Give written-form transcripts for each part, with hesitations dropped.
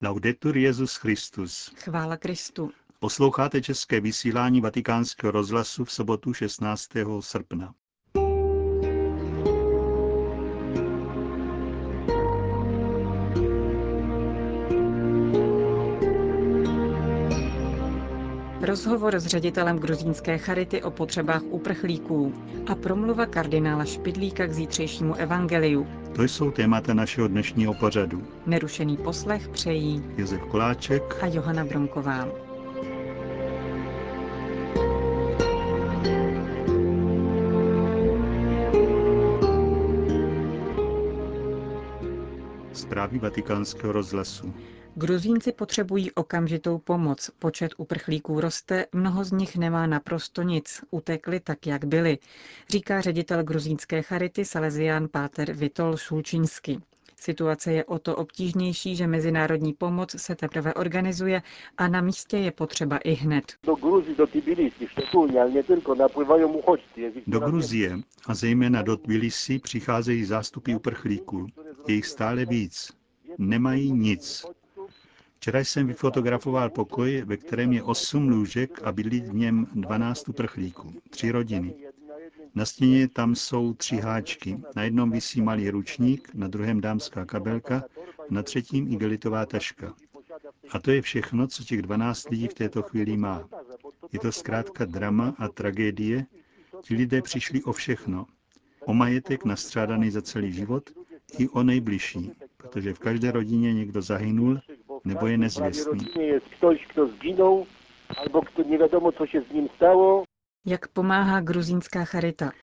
Laudetur Jesus Christus. Chvála Kristu. Posloucháte české vysílání Vatikánského rozhlasu v sobotu 16. srpna. Rozhovor s ředitelem gruzínské charity o potřebách uprchlíků a promluva kardinála Špidlíka k zítřejšímu evangeliu. To jsou témata našeho dnešního pořadu. Nerušený poslech přejí Josef Koláček a Johana Bronková. Zprávy Vatikánského rozhlasu. Gruzínci potřebují okamžitou pomoc, počet uprchlíků roste, mnoho z nich nemá naprosto nic, utekli tak, jak byli, říká ředitel gruzínské charity salesián páter Witold Šulčiński. Situace je o to obtížnější, že mezinárodní pomoc se teprve organizuje a na místě je potřeba i hned. Do Gruzie a zejména do Tbilisi přicházejí zástupy uprchlíků. Je jich stále víc. Nemají nic. Včera jsem vyfotografoval pokoj, ve kterém je 8 lůžek a bydlí v něm 12 uprchlíků, 3 rodiny. Na stěně tam jsou 3 háčky. Na jednom visí malý ručník, na druhém dámská kabelka, na třetím igelitová taška. A to je všechno, co těch 12 lidí v této chvíli má. Je to zkrátka drama a tragédie. Ti lidé přišli o všechno. O majetek nastřádaný za celý život i o nejbližší, protože v každé rodině někdo zahynul nebo je nezvěstný. Jak pomáhá gruzínská charita?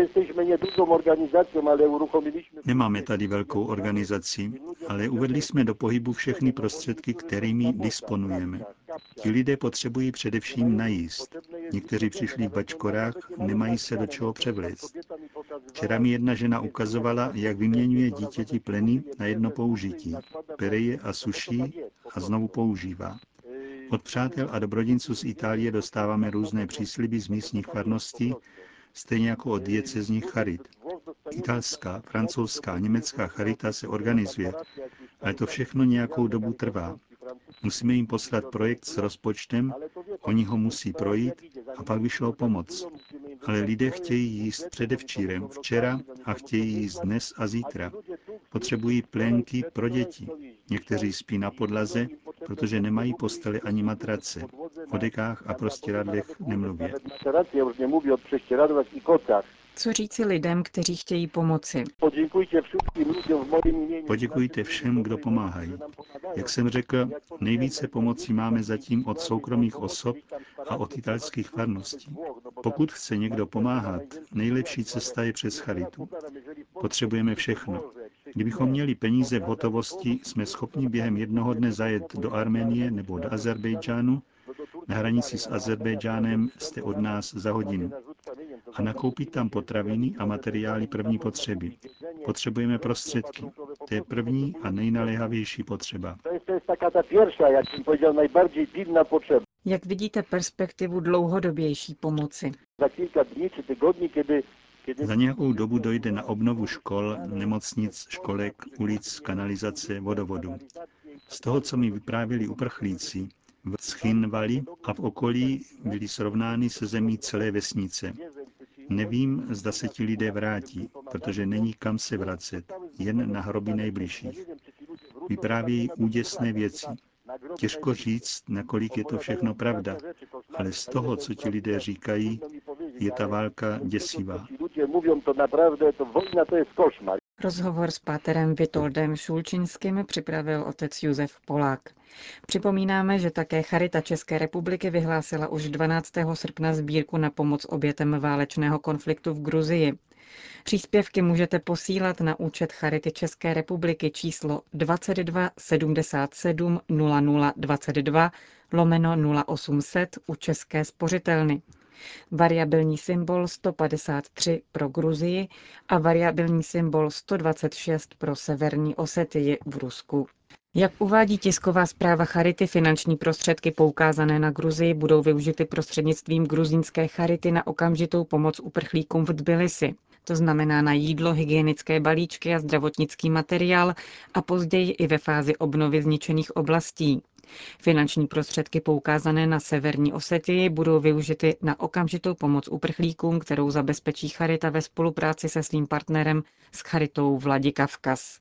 Nemáme tady velkou organizaci, ale uvedli jsme do pohybu všechny prostředky, kterými disponujeme. Ti lidé potřebují především najíst. Někteří přišli v bačkorách, nemají se do čeho převléct. Včera mi jedna žena ukazovala, jak vyměňuje dítěti pleny na jedno použití. Pere je a suší a znovu používá. Od přátel a dobrodinců z Itálie dostáváme různé přísliby z místních farností, stejně jako od diecézních charit. Italská, francouzská, německá charita se organizuje, ale to všechno nějakou dobu trvá. Musíme jim poslat projekt s rozpočtem, oni ho musí projít a pak vyšlou pomoc. Ale lidé chtějí jíst předevčírem, včera a chtějí jíst dnes a zítra. Potřebují plénky pro děti. Někteří spí na podlaze, protože nemají postele ani matrace. O dekách a prostěradlech nemluvě. Co říci lidem, kteří chtějí pomoci? Poděkujte všem, kdo pomáhají. Jak jsem řekl, nejvíce pomoci máme zatím od soukromých osob a od italských farností. Pokud chce někdo pomáhat, nejlepší cesta je přes charitu. Potřebujeme všechno. Kdybychom měli peníze v hotovosti, jsme schopni během jednoho dne zajet do Arménie nebo do Azerbejdžánu. Na hranici s Azerbejdžánem jste od nás za hodinu. A nakoupit tam potraviny a materiály první potřeby. Potřebujeme prostředky. To je první a nejnaléhavější potřeba. Jak vidíte perspektivu dlouhodobější pomoci? Za nějakou dobu dojde na obnovu škol, nemocnic, školek, ulic, kanalizace, vodovodu. Z toho, co mi vyprávěli uprchlíci, v Schinvali a v okolí byly srovnány se zemí celé vesnice. Nevím, zda se ti lidé vrátí, protože není kam se vracet, jen na hroby nejbližších. Vyprávějí úděsné věci. Těžko říct, nakolik je to všechno pravda, ale z toho, co ti lidé říkají, je ta válka děsivá. Rozhovor s páterem Witoldem Šulčinským připravil otec Josef Polák. Připomínáme, že také Charita České republiky vyhlásila už 12. srpna sbírku na pomoc obětem válečného konfliktu v Gruzii. Příspěvky můžete posílat na účet Charity České republiky číslo 22 77 00 22 /0800 u České spořitelny. Variabilní symbol 153 pro Gruzii a variabilní symbol 126 pro Severní Osetii v Rusku. Jak uvádí tisková zpráva Charity, finanční prostředky poukázané na Gruzii budou využity prostřednictvím gruzínské charity na okamžitou pomoc uprchlíkům v Tbilisi. to znamená na jídlo, hygienické balíčky a zdravotnický materiál a později i ve fázi obnovy zničených oblastí. Finanční prostředky poukázané na Severní Osetii budou využity na okamžitou pomoc uprchlíkům, kterou zabezpečí Charita ve spolupráci se svým partnerem s Charitou Vladikavkaz.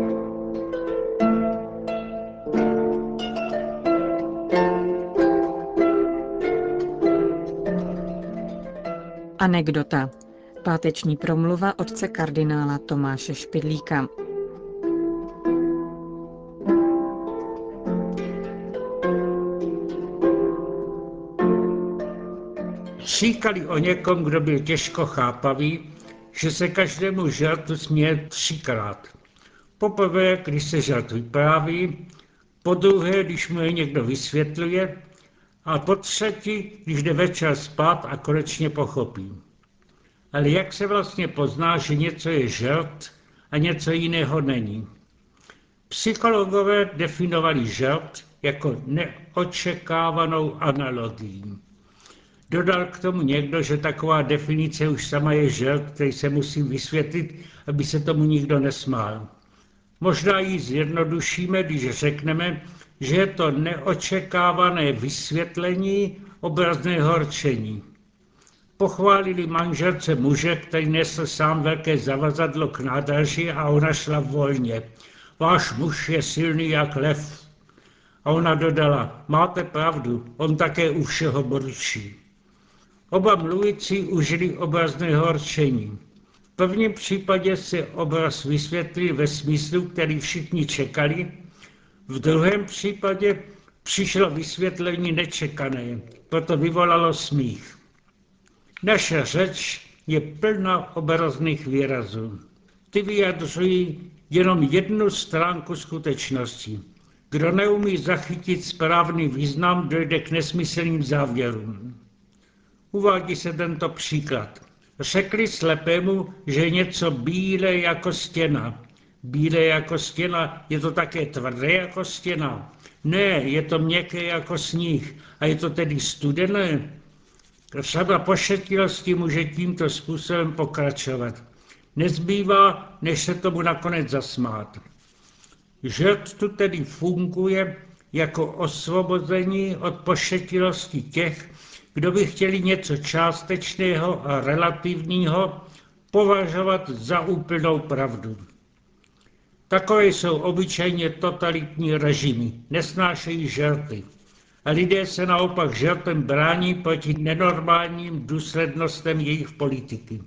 Anekdota. Páteční promluva otce kardinála Tomáše Špidlíka. Říkali o někom, kdo byl těžko chápavý, že se každému žertu směje 3krát. Poprvé, když se žert vypráví, podruhé, když mu je někdo vysvětluje, a potřetí, když jde večer spát a konečně pochopí. Ale jak se vlastně pozná, že něco je žert a něco jiného není? Psychologové definovali žert jako neočekávanou analogii. Dodal k tomu někdo, že taková definice už sama je žert, který se musí vysvětlit, aby se tomu nikdo nesmál. Možná ji zjednodušíme, když řekneme, že je to neočekávané vysvětlení obrazného rčení. Pochválili manželce muže, který nesl sám velké zavazadlo k nádraží a ona šla volně. Váš muž je silný jak lev. A ona dodala, máte pravdu, on také u všeho brčí. Oba mluvící užili obrazného rčení. V prvním případě se obraz vysvětlil ve smyslu, který všichni čekali, v druhém případě přišlo vysvětlení nečekané, proto vyvolalo smích. Naše řeč je plná obrazných výrazů. Ty vyjadřují jenom jednu stránku skutečnosti. Kdo neumí zachytit správný význam, dojde k nesmyslným závěrům. Uvádí se tento příklad. Řekli slepému, že je něco bílé jako stěna. Bílé jako stěna, je to také tvrdé jako stěna? Ne, je to měkké jako sníh. A je to tedy studené? Řada pošetilostí může tímto způsobem pokračovat. Nezbývá, než se tomu nakonec zasmát. Žert tu tedy funguje jako osvobození od pošetilosti těch, kdo by chtěli něco částečného a relativního považovat za úplnou pravdu. Takové jsou obyčejně totalitní režimy, nesnášejí žerty. A lidé se naopak žertem brání proti nenormálním důslednostem jejich politiky.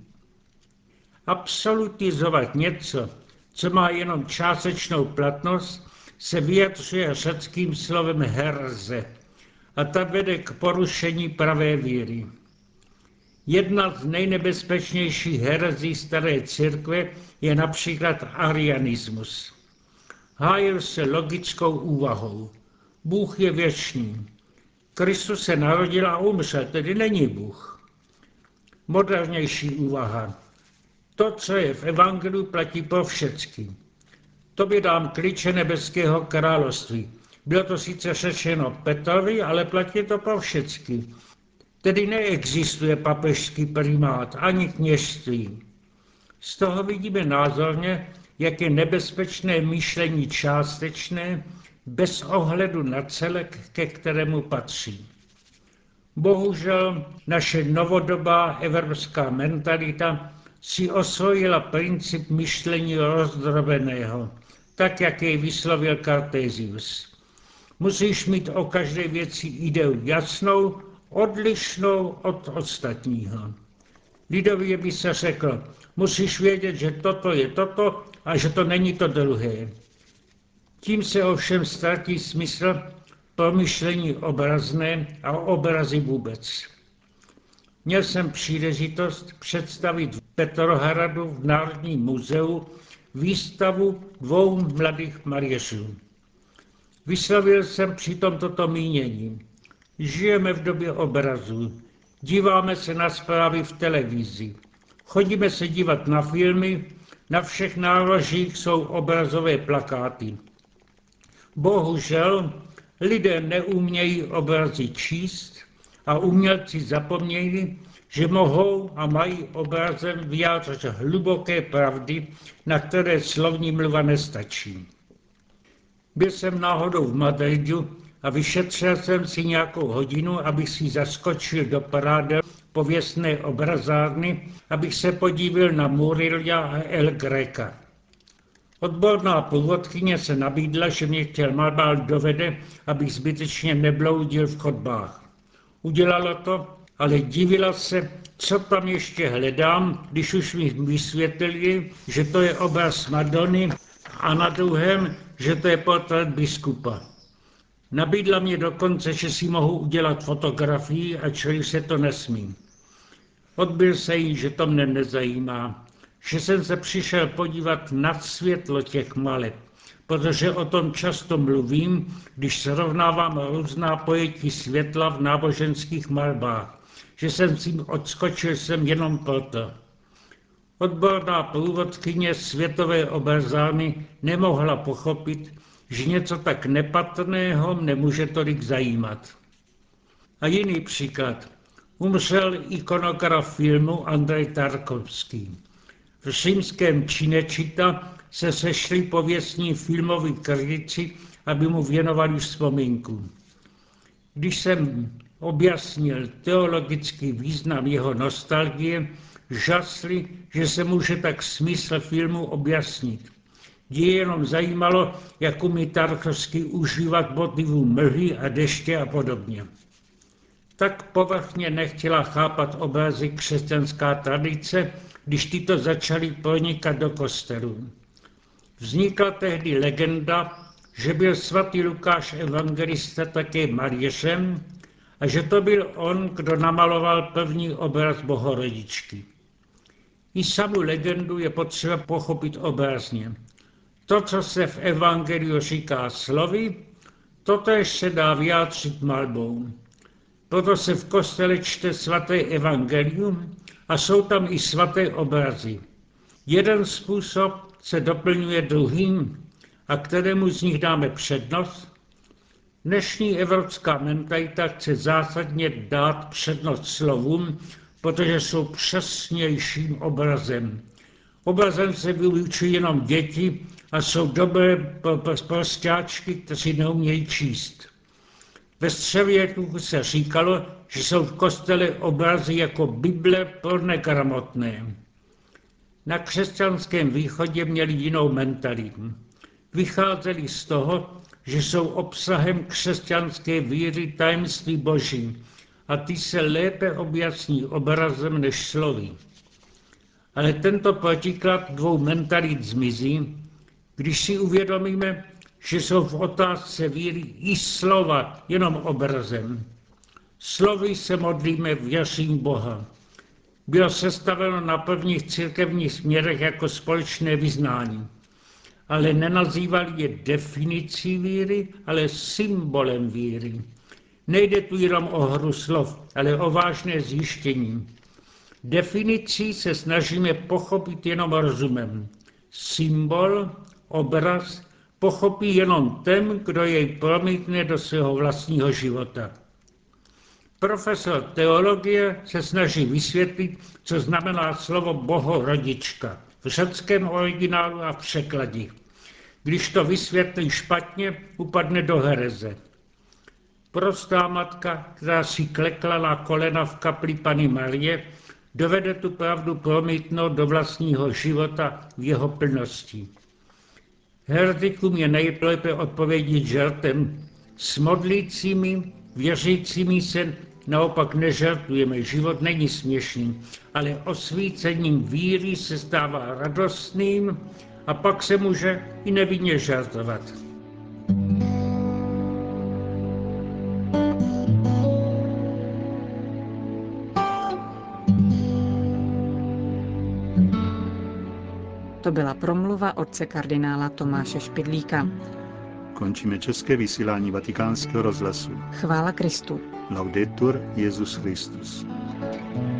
Absolutizovat něco, co má jenom částečnou platnost, se vyjadřuje řeckým slovem herze a ta vede k porušení pravé víry. Jedna z nejnebezpečnějších herezí staré církve je například arianismus. Hájil se logickou úvahou. Bůh je věčný. Kristus se narodil a umřel, tedy není Bůh. Modernější úvaha. To, co je v evangeliu, platí pro všecky. Tobě dám klíče nebeského království. Bylo to sice řečeno Petrovi, ale platí to pro všecky. Tedy neexistuje papežský primát ani kněžství. Z toho vidíme názorně, jak je nebezpečné myšlení částečné, bez ohledu na celek, ke kterému patří. Bohužel naše novodobá evropská mentalita si osvojila princip myšlení rozdrobeného, tak jak jej vyslovil Cartesius. Musíš mít o každé věci ideu jasnou, odlišnou od ostatního. Lidově by se řekl, musíš vědět, že toto je toto a že to není to druhé. Tím se ovšem ztratí smysl pro myšlení obrazné a obrazy vůbec. Měl jsem příležitost představit v Petrohradu v Národním muzeu výstavu 2 mladých malířů. Vyslovil jsem přitom toto mínění. Žijeme v době obrazů, díváme se na zprávy v televizi, chodíme se dívat na filmy, na všech náložích jsou obrazové plakáty. Bohužel lidé neumějí obrazy číst a umělci zapomněli, že mohou a mají obrazem vyjádřit hluboké pravdy, na které slovní mluva nestačí. Byl jsem náhodou v Madridu a vyšetřil jsem si nějakou hodinu, abych si zaskočil do Prada pověstné obrazárny, abych se podíval na Murillo a El Greca. Odborná průvodkyně se nabídla, že mě chtěl malbár dovede, abych zbytečně nebloudil v chodbách. Udělala to, ale divila se, co tam ještě hledám, když už mi vysvětlili, že to je obraz Madony a na druhém, že to je portrét biskupa. Nabídla mě dokonce, že si mohu udělat fotografii, ačkoliv se to nesmí. Odbyl se jí, že to mne nezajímá, že jsem se přišel podívat na světlo těch maleb, protože o tom často mluvím, když srovnávám různá pojetí světla v náboženských malbách, že jsem si odskočil sem jenom proto. Odborná průvodkyně světové obrazárny nemohla pochopit, že něco tak nepatrného nemůže tolik zajímat. A jiný příklad. Umřel ikonograf filmu Andrej Tarkovský. V římském Cinecittà se sešli pověstní filmoví kritici, aby mu věnovali vzpomínku. Když jsem objasnil teologický význam jeho nostalgie, žasli, že se může tak smysl filmu objasnit. Je jenom zajímalo, jak umí Tarkovský užívat motivů mlhy a deště a podobně. Tak povrchně nechtěla chápat obrazy křesťanská tradice, když tyto začaly pronikat do kostelů. Vznikla tehdy legenda, že byl svatý Lukáš evangelista také malířem a že to byl on, kdo namaloval první obraz Bohorodičky. I samu legendu je potřeba pochopit obrazně. To, co se v evangeliu říká slovy, totéž se dá vyjádřit malbou. Proto se v kostele čte svaté evangelium a jsou tam i svaté obrazy. Jeden způsob se doplňuje druhým, a kterému z nich dáme přednost? Dnešní evropská mentalita chce zásadně dát přednost slovům, protože jsou přesnějším obrazem. Obrazem se vyučují jenom děti a jsou dobré prostáčky, kteří neumějí číst. Ve středověku se říkalo, že jsou v kostele obrazy jako Bible pro negramotné. Na křesťanském východě měli jinou mentalitu. Vycházeli z toho, že jsou obsahem křesťanské víry tajemství Boží a ty se lépe objasní obrazem než slovy. Ale tento protiklad dvou mentalit zmizí, když si uvědomíme, že jsou v otázce víry i slova jenom obrazem. Slovy se modlíme, věřím Boha. Bylo sestaveno na prvních církevních směrech jako společné vyznání, ale nenazývali je definicí víry, ale symbolem víry. Nejde tu jenom o hru slov, ale o vážné zjištění. Definicí se snažíme pochopit jenom rozumem. Symbol, obraz, pochopí jenom ten, kdo jej promítne do svého vlastního života. Profesor teologie se snaží vysvětlit, co znamená slovo Bohorodička v řeckém originálu a v překladích. Když to vysvětlí špatně, upadne do hereze. Prostá matka, která si klekla na kolena v kapli Panny Marie, dovede tu pravdu promítnout do vlastního života v jeho plnosti. Heretikům je nejlépe odpovědět žartem. S modlícími, věřícími se naopak nežartujeme, život není směšný, ale osvícením víry se stává radostným a pak se může i nevinně žartovat. To byla promluva otce kardinála Tomáše Špidlíka. Končíme české vysílání Vatikánského rozhlasu. Chvála Kristu. Laudetur Jesus Christus.